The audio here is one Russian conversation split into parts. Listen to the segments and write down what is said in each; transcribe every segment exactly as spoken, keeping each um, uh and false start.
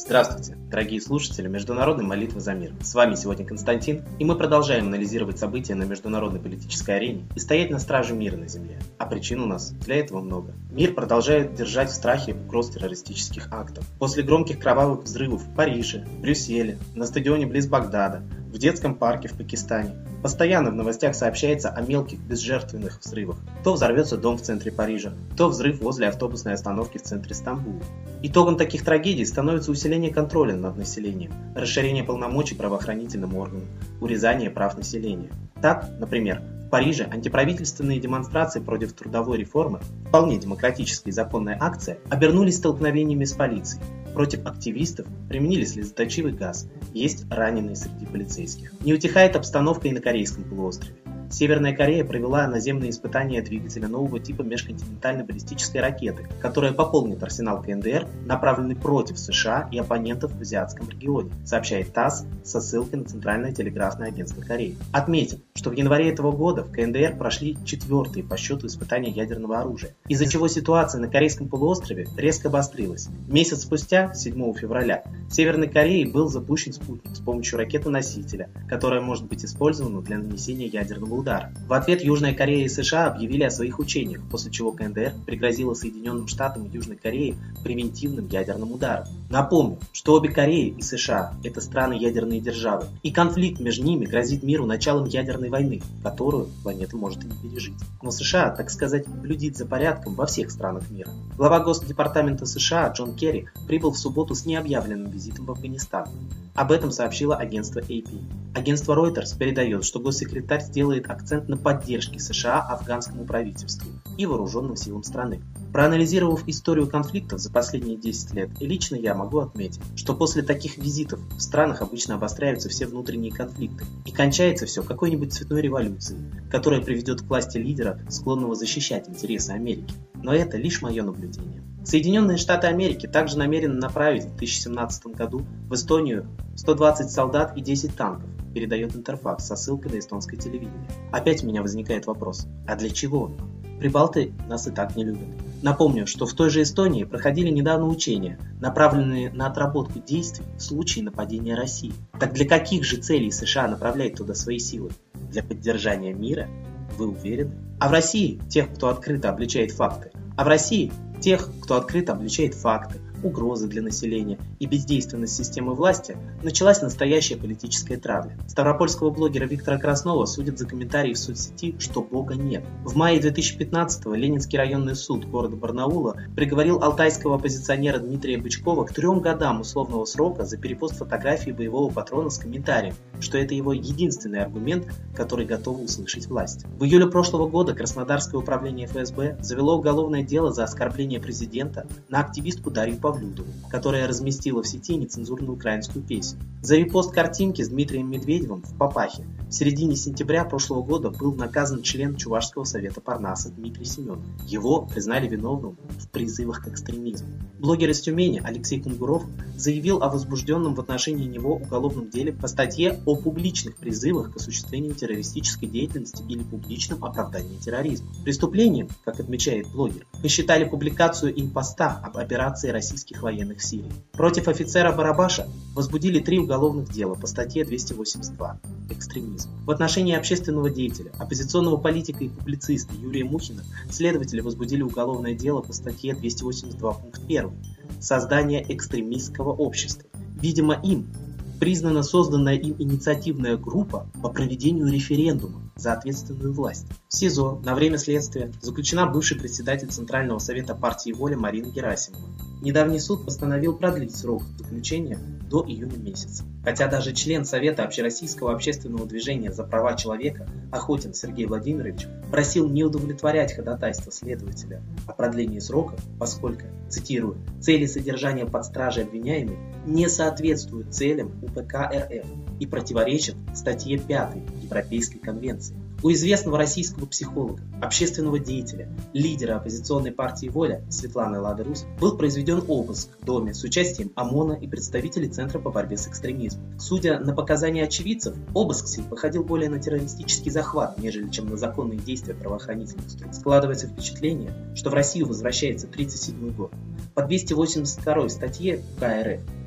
Здравствуйте, дорогие слушатели Международной молитвы за мир. С вами сегодня Константин, и мы продолжаем анализировать события на международной политической арене и стоять на страже мира на земле. А причин у нас для этого много. Мир продолжает держать в страхе угроз террористических актов. После громких кровавых взрывов в Париже, Брюсселе, на стадионе близ Багдада, в детском парке в Пакистане постоянно в новостях сообщается о мелких безжертвенных взрывах. То взорвется дом в центре Парижа, то взрыв возле автобусной остановки в центре Стамбула. Итогом таких трагедий становится усиление контроля над населением, расширение полномочий правоохранительным органам, урезание прав населения. Так, например, в Париже антиправительственные демонстрации против трудовой реформы, вполне демократическая и законная акция, обернулись столкновениями с полицией. Против активистов применили слезоточивый газ, есть раненые среди полицейских. Не утихает обстановка и на Корейском полуострове. Северная Корея провела наземные испытания двигателя нового типа межконтинентальной баллистической ракеты, которая пополнит арсенал КНДР, направленный против США и оппонентов в азиатском регионе, сообщает ТАСС со ссылкой на Центральное телеграфное агентство Кореи. Отметим, что в январе этого года в КНДР прошли четвертые по счету испытания ядерного оружия, из-за чего ситуация на Корейском полуострове резко обострилась. Месяц спустя, седьмого февраля, в Северной Корее был запущен спутник с помощью ракеты-носителя, которая может быть использована для нанесения ядерного удара. В ответ Южная Корея и США объявили о своих учениях, после чего КНДР пригрозила Соединенным Штатам и Южной Корее превентивным ядерным ударом. Напомню, что обе Кореи и США – это страны ядерные державы, и конфликт между ними грозит миру началом ядерной войны, которую планета может и не пережить. Но США, так сказать, блюдит за порядком во всех странах мира. Глава Госдепартамента США Джон Керри прибыл в субботу с необъявленным визитом в Афганистан. Об этом сообщило агентство эй пи. Агентство Reuters передает, что госсекретарь сделает акцент на поддержке США афганскому правительству и вооруженным силам страны. Проанализировав историю конфликтов за последние десять лет, и лично я могу отметить, что после таких визитов в странах обычно обостряются все внутренние конфликты, и кончается все какой-нибудь цветной революцией, которая приведет к власти лидера, склонного защищать интересы Америки. Но это лишь мое наблюдение. Соединенные Штаты Америки также намерены направить в две тысячи семнадцатом году в Эстонию сто двадцать солдат и десять танков, передает Интерфакс со ссылкой на эстонское телевидение. Опять у меня возникает вопрос, а для чего? Прибалты нас и так не любят. Напомню, что в той же Эстонии проходили недавно учения, направленные на отработку действий в случае нападения России. Так для каких же целей США направляет туда свои силы? Для поддержания мира? Вы уверены? А в России тех, кто открыто обличает факты. А в России тех, кто открыто обличает факты, угрозы для населения и бездейственность системы власти, началась настоящая политическая травля. Ставропольского блогера Виктора Краснова судят за комментарии в соцсети, что Бога нет. В мае две тысячи пятнадцатого Ленинский районный суд города Барнаула приговорил алтайского оппозиционера Дмитрия Бычкова к трем годам условного срока за перепост фотографии боевого патрона с комментарием, что это его единственный аргумент, который готова услышать власть. В июле прошлого года Краснодарское управление эф эс бэ завело уголовное дело за оскорбление президента на активистку Дарью Павлюдову, которая разместила в сети нецензурную украинскую песню. За репост картинки с Дмитрием Медведевым в Папахе в середине сентября прошлого года был наказан член Чувашского совета Парнаса Дмитрий Семенов. Его признали виновным в призывах к экстремизму. Блогер из Тюмени Алексей Кунгуров заявил о возбужденном в отношении него уголовном деле по статье о публичных призывах к осуществлению террористической деятельности или публичном оправдании терроризма. Преступлением, как отмечает блогер, посчитали публикацию им поста об операции российских военных в Сирии. Против офицера Барабаша возбудили три уголовных дела по статье двести восемьдесят два «Экстремизм». В отношении общественного деятеля, оппозиционного политика и публициста Юрия Мухина следователи возбудили уголовное дело по статье двести восемьдесят два пункт один «Создание экстремистского общества». Видимо, им признана созданная им инициативная группа по проведению референдума за ответственную власть. В СИЗО на время следствия заключена бывший председатель Центрального совета партии «Воля» Марина Герасимова. Недавний суд постановил продлить срок заключения до июня месяца. Хотя даже член Совета Общероссийского общественного движения за права человека Охотин Сергей Владимирович просил не удовлетворять ходатайство следователя о продлении срока, поскольку, цитирую, «цели содержания под стражей обвиняемых не соответствуют целям у пэ ка эр эф и противоречат статье пятой Европейской конвенции». У известного российского психолога, общественного деятеля, лидера оппозиционной партии «Воля» Светланы Лады-Русь был произведен обыск в доме с участием ОМОНа и представителей Центра по борьбе с экстремизмом. Судя на показания очевидцев, обыск сей походил более на террористический захват, нежели чем на законные действия правоохранительных структур. Складывается впечатление, что в Россию возвращается тридцать седьмой год. По двести восемьдесят второй статье ка эр эф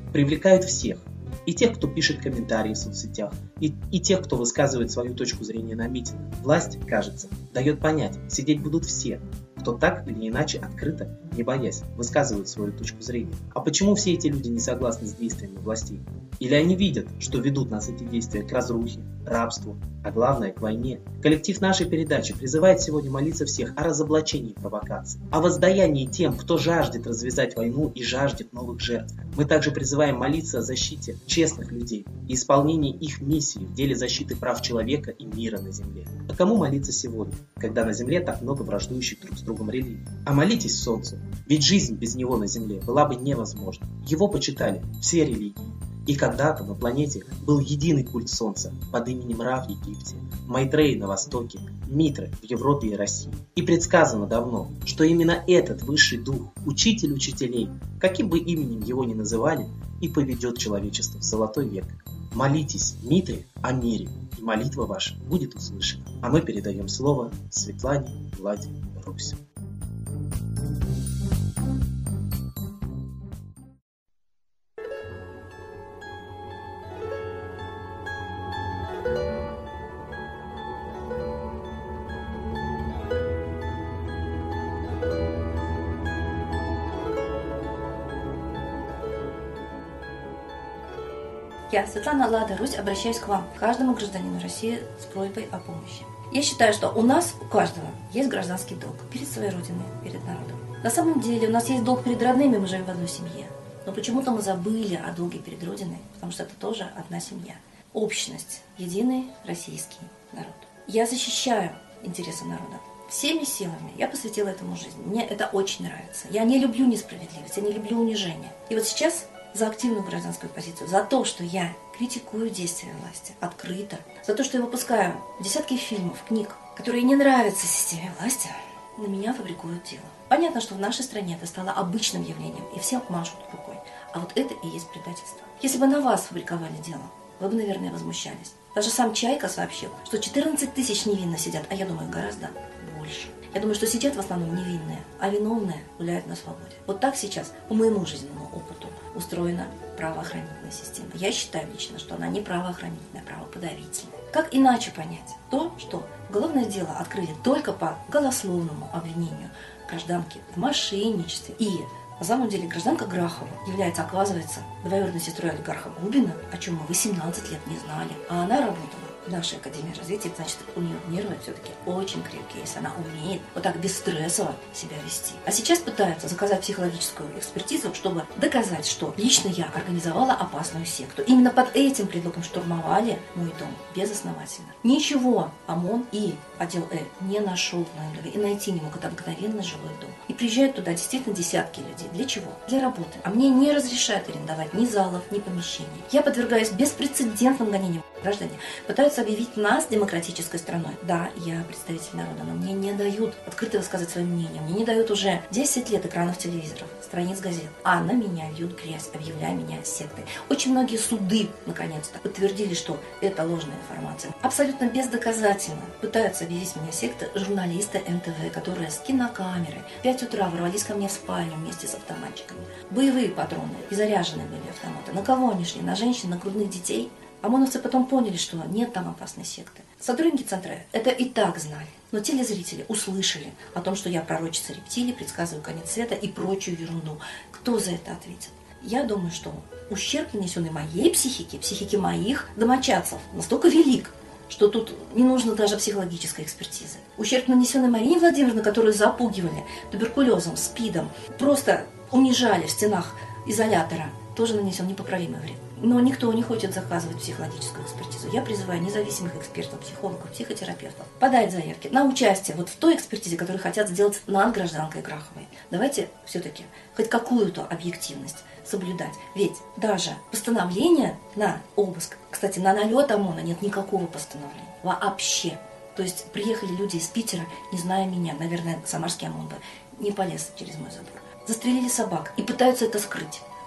привлекают всех. И тех, кто пишет комментарии в соцсетях, и, и тех, кто высказывает свою точку зрения на митингах. Власть, кажется, дает понять, сидеть будут все, кто так или иначе открыто, не боясь, высказывает свою точку зрения. А почему все эти люди не согласны с действиями властей? Или они видят, что ведут нас эти действия к разрухе, рабству, а главное к войне? Коллектив нашей передачи призывает сегодня молиться всех о разоблачении провокаций, о воздаянии тем, кто жаждет развязать войну и жаждет новых жертв. Мы также призываем молиться о защите честных людей и исполнении их миссии в деле защиты прав человека и мира на земле. А кому молиться сегодня, когда на земле так много враждующих друг с другом религий? А молитесь солнцу, ведь жизнь без него на земле была бы невозможна. Его почитали все религии. И когда-то на планете был единый культ Солнца под именем Ра в Египте, Майтрей на Востоке, Митра в Европе и России. И предсказано давно, что именно этот высший дух, учитель учителей, каким бы именем его ни называли, и поведет человечество в золотой век. Молитесь, Митре, о мире, и молитва ваша будет услышана. А мы передаем слово Светлане Владе Русь. Я, Светлана Лада Русь, обращаюсь к вам, каждому гражданину России с просьбой о помощи. Я считаю, что у нас, у каждого, есть гражданский долг перед своей Родиной, перед народом. На самом деле у нас есть долг перед родными, мы живем в одной семье. Но почему-то мы забыли о долге перед Родиной, потому что это тоже одна семья. Общность, единый российский народ. Я защищаю интересы народа. Всеми силами я посвятила этому жизнь. Мне это очень нравится. Я не люблю несправедливость, я не люблю унижение. И вот сейчас за активную гражданскую позицию, за то, что я критикую действия власти открыто, за то, что я выпускаю десятки фильмов, книг, которые не нравятся системе власти, на меня фабрикуют дело. Понятно, что в нашей стране это стало обычным явлением, и всем машут рукой. А вот это и есть предательство. Если бы на вас фабриковали дело, вы бы, наверное, возмущались. Даже сам Чайка сообщил, что четырнадцать тысяч невинно сидят, а я думаю, гораздо больше. Я думаю, что сидят в основном невинные, а виновные гуляют на свободе. Вот так сейчас, по моему жизненному опыту, устроена правоохранительная система. Я считаю лично, что она не правоохранительная, а правоподавительная. Как иначе понять то, что уголовное дело открыли только по голословному обвинению гражданки в мошенничестве, и на самом деле гражданка Грахова является, оказывается, двоюродной сестрой олигарха Губина, о чем мы восемнадцать лет не знали, а она работала в нашей Академии развития, значит, у нее нервы все-таки очень крепкие, если она умеет вот так бесстрессово себя вести. А сейчас пытаются заказать психологическую экспертизу, чтобы доказать, что лично я организовала опасную секту. Именно под этим предлогом штурмовали мой дом безосновательно. Ничего ОМОН и отдел Э не нашел в моем доме и найти не мог. Это обыкновенный жилой дом. И приезжают туда действительно десятки людей. Для чего? Для работы. А мне не разрешают арендовать ни залов, ни помещений. Я подвергаюсь беспрецедентным гонениям. Граждане пытаются объявить нас демократической страной. Да, я представитель народа, но мне не дают открыто высказать свое мнение. Мне не дают уже десять лет экранов телевизоров, страниц газет. А на меня льют грязь, объявляя меня сектой. Очень многие суды, наконец-то, подтвердили, что это ложная информация. Абсолютно бездоказательно пытаются объявить меня сектой журналисты М Т В, которые с кинокамерой в пять утра ворвались ко мне в спальню вместе с автоматчиками. Боевые патроны и заряженные были автоматы. На кого они шли? На женщин, на грудных детей? ОМОНовцы потом поняли, что нет там опасной секты. Сотрудники центра это и так знали. Но телезрители услышали о том, что я пророчица рептилий, предсказываю конец света и прочую ерунду. Кто за это ответит? Я думаю, что ущерб, нанесенный моей психике, психике моих домочадцев, настолько велик, что тут не нужно даже психологической экспертизы. Ущерб, нанесенный Марине Владимировне, которую запугивали туберкулезом, СПИДом, просто унижали в стенах изолятора, тоже нанесен непоправимый вред. Но никто не хочет заказывать психологическую экспертизу. Я призываю независимых экспертов, психологов, психотерапевтов подать заявки на участие вот в той экспертизе, которую хотят сделать над гражданкой Граховой. Давайте все-таки хоть какую-то объективность соблюдать. Ведь даже постановление на обыск, кстати, на налет ОМОНа нет никакого постановления. Вообще. То есть приехали люди из Питера, не зная меня, наверное, самарский ОМОН бы не полез через мой забор. Застрелили собак и пытаются это скрыть.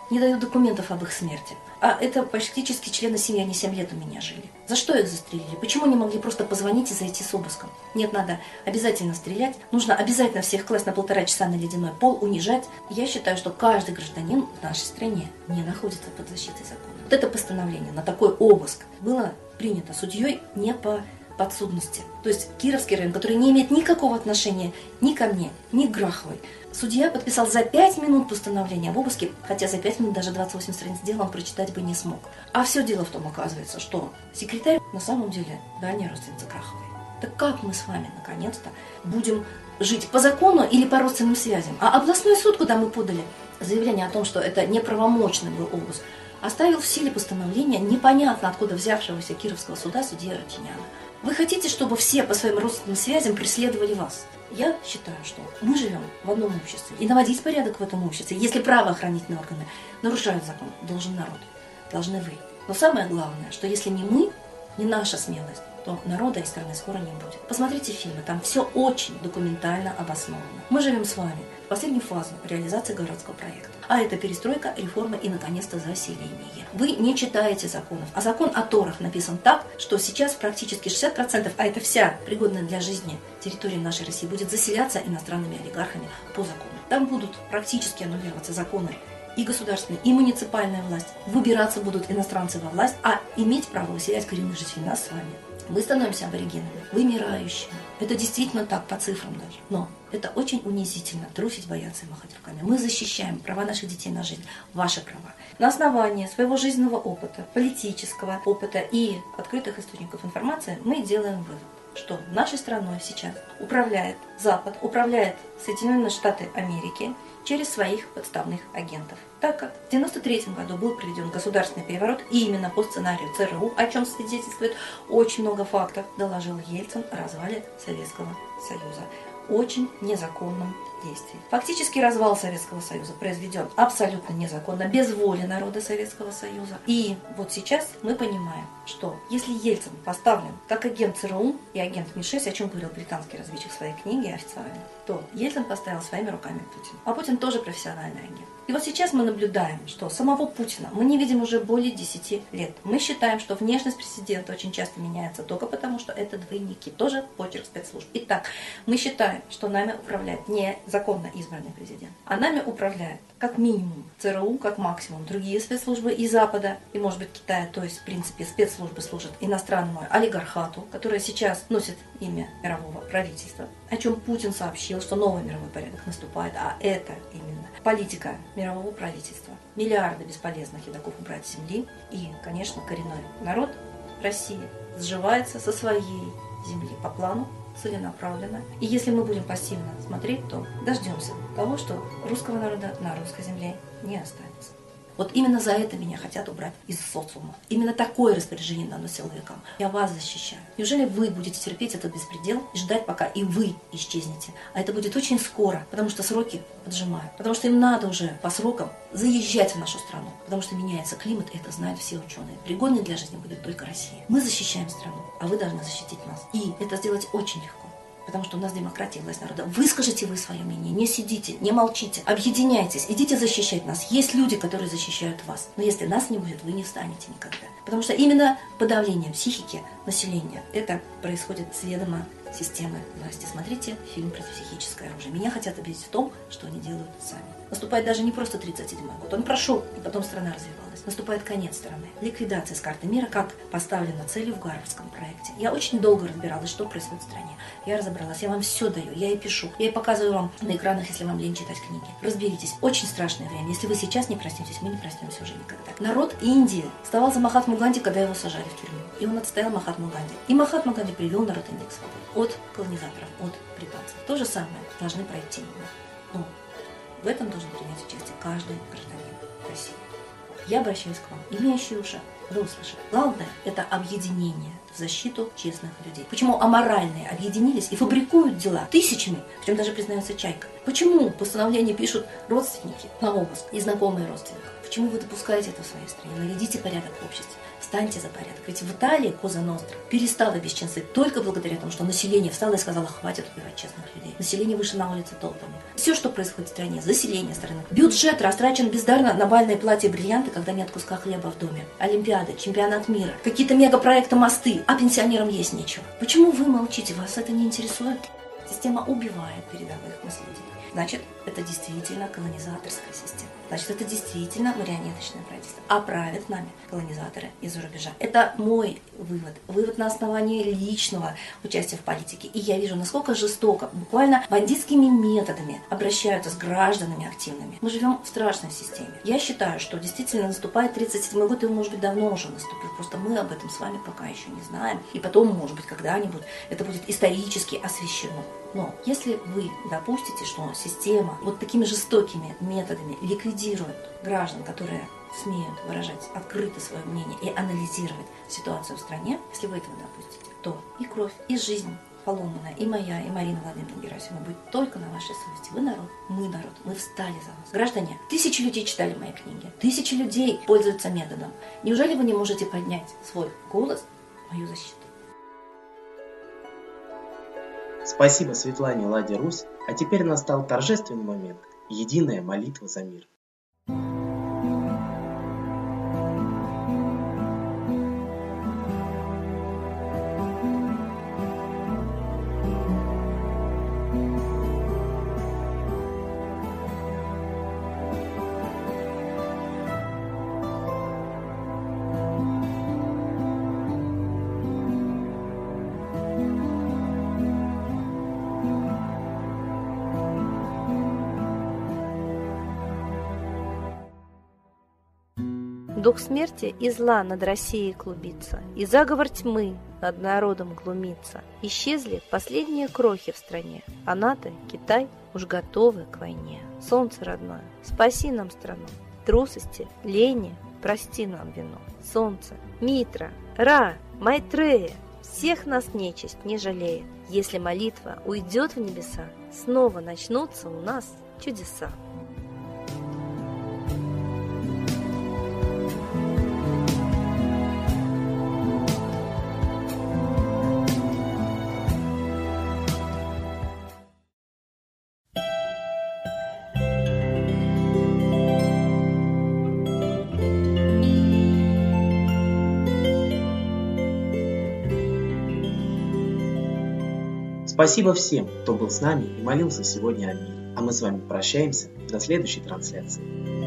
не дают документов об их смерти. А это практически члены семьи, они семь лет у меня жили. За что их застрелили? Почему не могли просто позвонить и зайти с обыском? Нет, надо обязательно стрелять. Нужно обязательно всех класть на полтора часа на ледяной пол, унижать. Я считаю, что каждый гражданин в нашей стране не находится под защитой закона. Вот это постановление на такой обыск было принято судьей не по подсудности. То есть Кировский район, который не имеет никакого отношения ни ко мне, ни к Граховой. Судья подписал за пять минут постановление об обыске, хотя за пять минут даже двадцать восемь страниц дела он прочитать бы не смог. А все дело в том, оказывается, что секретарь на самом деле дальняя родственница Граховой. Так как мы с вами, наконец-то, будем жить по закону или по родственным связям? А областной суд, куда мы подали заявление о том, что это неправомочный был обыск, оставил в силе постановления непонятно откуда взявшегося Кировского суда судьи Арутюняна. Вы хотите, чтобы все по своим родственным связям преследовали вас? Я считаю, что мы живем в одном обществе. И наводить порядок в этом обществе, если правоохранительные органы нарушают закон, должен народ, должны вы. Но самое главное, что если не мы, не наша смелость, то народа и страны скоро не будет. Посмотрите фильмы, там все очень документально обосновано. Мы живем с вами в последнюю фазу реализации городского проекта. А это перестройка, реформа и, наконец-то, заселение. Вы не читаете законов. А закон о торах написан так, что сейчас практически шестьдесят процентов, а это вся пригодная для жизни территория нашей России, будет заселяться иностранными олигархами по закону. Там будут практически аннулироваться законы и государственная, и муниципальная власть. Выбираться будут иностранцы во власть, а иметь право выселять коренных жителей нас с вами. Мы становимся аборигенами, вымирающими. Это действительно так, по цифрам даже. Но это очень унизительно, трусить, бояться и махать руками. Мы защищаем права наших детей на жизнь, ваши права. На основании своего жизненного опыта, политического опыта и открытых источников информации мы делаем вывод, что нашей страной сейчас управляет Запад, управляет Соединенные Штаты Америки через своих подставных агентов. Так как в девяносто третьем году был проведен государственный переворот, и именно по сценарию ЦРУ, о чем свидетельствует очень много фактов, доложил Ельцин о развале Советского Союза. Очень незаконном действии. Фактически развал Советского Союза произведен абсолютно незаконно, без воли народа Советского Союза. И вот сейчас мы понимаем, что если Ельцин поставлен как агент ЦРУ и агент Ми шесть, о чем говорил британский разведчик в своей книге официально, то Ельцин поставил своими руками Путина. А Путин тоже профессиональный агент. И вот сейчас мы наблюдаем, что самого Путина мы не видим уже более десяти лет. Мы считаем, что внешность президента очень часто меняется только потому, что это двойники. Тоже почерк спецслужб. Итак, мы считаем, что нами управляет не законно избранный президент, а нами управляет как минимум ЦРУ, как максимум другие спецслужбы и Запада, и может быть Китая, то есть в принципе спецслужбы служат иностранному олигархату, которое сейчас носит имя мирового правительства, о чем Путин сообщил, что новый мировой порядок наступает, а это именно политика мирового правительства. Миллиарды бесполезных едоков убрать с земли, и, конечно, коренной народ России сживается со своей земли по плану, целенаправленно. И если мы будем пассивно смотреть, то дождемся того, что русского народа на русской земле не останется. Вот именно за это меня хотят убрать из социума. Именно такое распоряжение дано силовикам. Я вас защищаю. Неужели вы будете терпеть этот беспредел и ждать, пока и вы исчезнете? А это будет очень скоро, потому что сроки поджимают. Потому что им надо уже по срокам заезжать в нашу страну. Потому что меняется климат, и это знают все ученые. Пригодной для жизни будет только Россия. Мы защищаем страну, а вы должны защитить нас. И это сделать очень легко. Потому что у нас демократия и власть народа. Выскажите вы свое мнение, не сидите, не молчите, объединяйтесь, идите защищать нас. Есть люди, которые защищают вас. Но если нас не будет, вы не встанете никогда. Потому что именно подавление психики населения, это происходит с ведома системы власти. Смотрите фильм про психическое оружие. Меня хотят убедить в том, что они делают сами. Наступает даже не просто тридцать седьмой год. Он прошел, и потом страна развивалась. Наступает конец страны. Ликвидация с карты мира, как поставлена целью в Гарвардском проекте. Я очень долго разбиралась, что происходит в стране. Я разобралась, я вам все даю, я и пишу. Я и показываю вам на экранах, если вам лень читать книги. Разберитесь. Очень страшное время. Если вы сейчас не проснетесь, мы не проснемся уже никогда. Народ Индии вставал за Махатму Ганди, когда его сажали в тюрьму. И он отстоял Махатму Ганди. И Махатма Ганди привел народ Индии к свободе. От колонизаторов, от британцев. То же самое должны пройти мы. Но в этом должен принять участие каждый гражданин России. Я обращаюсь к вам, имеющие уши, вы услышите. Главное – это объединение в защиту честных людей. Почему аморальные объединились и фабрикуют дела тысячами, причем даже признается Чайка. Почему постановление пишут родственники на обыск и знакомые родственников? Почему вы допускаете это в своей стране? Наведите порядок в обществе. Встаньте за порядок. Ведь в Италии Коза Ностра перестала бесчинствовать только благодаря тому, что население встало и сказало: хватит убивать честных людей. Население вышло на улицы толпами. Все, что происходит в стране, заселение страны. Бюджет растрачен бездарно на бальные платья и бриллианты, когда нет куска хлеба в доме. Олимпиады, чемпионат мира, какие-то мегапроекты, мосты, а пенсионерам есть нечего. Почему вы молчите? Вас это не интересует? Система убивает передовых мыслителей. Значит, это действительно колонизаторская система. Значит, это действительно марионеточное правительство. А правят нами колонизаторы из-за рубежа. Это мой вывод. Вывод на основании личного участия в политике. И я вижу, насколько жестоко, буквально бандитскими методами обращаются с гражданами активными. Мы живем в страшной системе. Я считаю, что действительно наступает тридцать седьмой год, и он, может быть, давно уже наступил. Просто мы об этом с вами пока еще не знаем. И потом, может быть, когда-нибудь это будет исторически освещено. Но если вы допустите, что система вот такими жестокими методами ликвидирует граждан, которые смеют выражать открыто свое мнение и анализировать ситуацию в стране, если вы этого допустите, то и кровь, и жизнь поломанная, и моя, и Марина Владимировна Герасимова будет только на вашей совести. Вы народ, мы народ, мы встали за вас. Граждане, тысячи людей читали мои книги, тысячи людей пользуются методом. Неужели вы не можете поднять свой голос в мою защиту? Спасибо Светлане Ладе Русь, а теперь настал торжественный момент – единая молитва за мир. Дух смерти и зла над Россией клубится, и заговор тьмы над народом глумится. Исчезли последние крохи в стране, а НАТО, Китай уж готовы к войне. Солнце родное, спаси нам страну, трусости, лени, прости нам вину. Солнце, Митра, Ра, Майтрея, всех нас нечисть не жалеет. Если молитва уйдет в небеса, снова начнутся у нас чудеса. Спасибо всем, кто был с нами и молился сегодня о мире. А мы с вами прощаемся до следующей трансляции.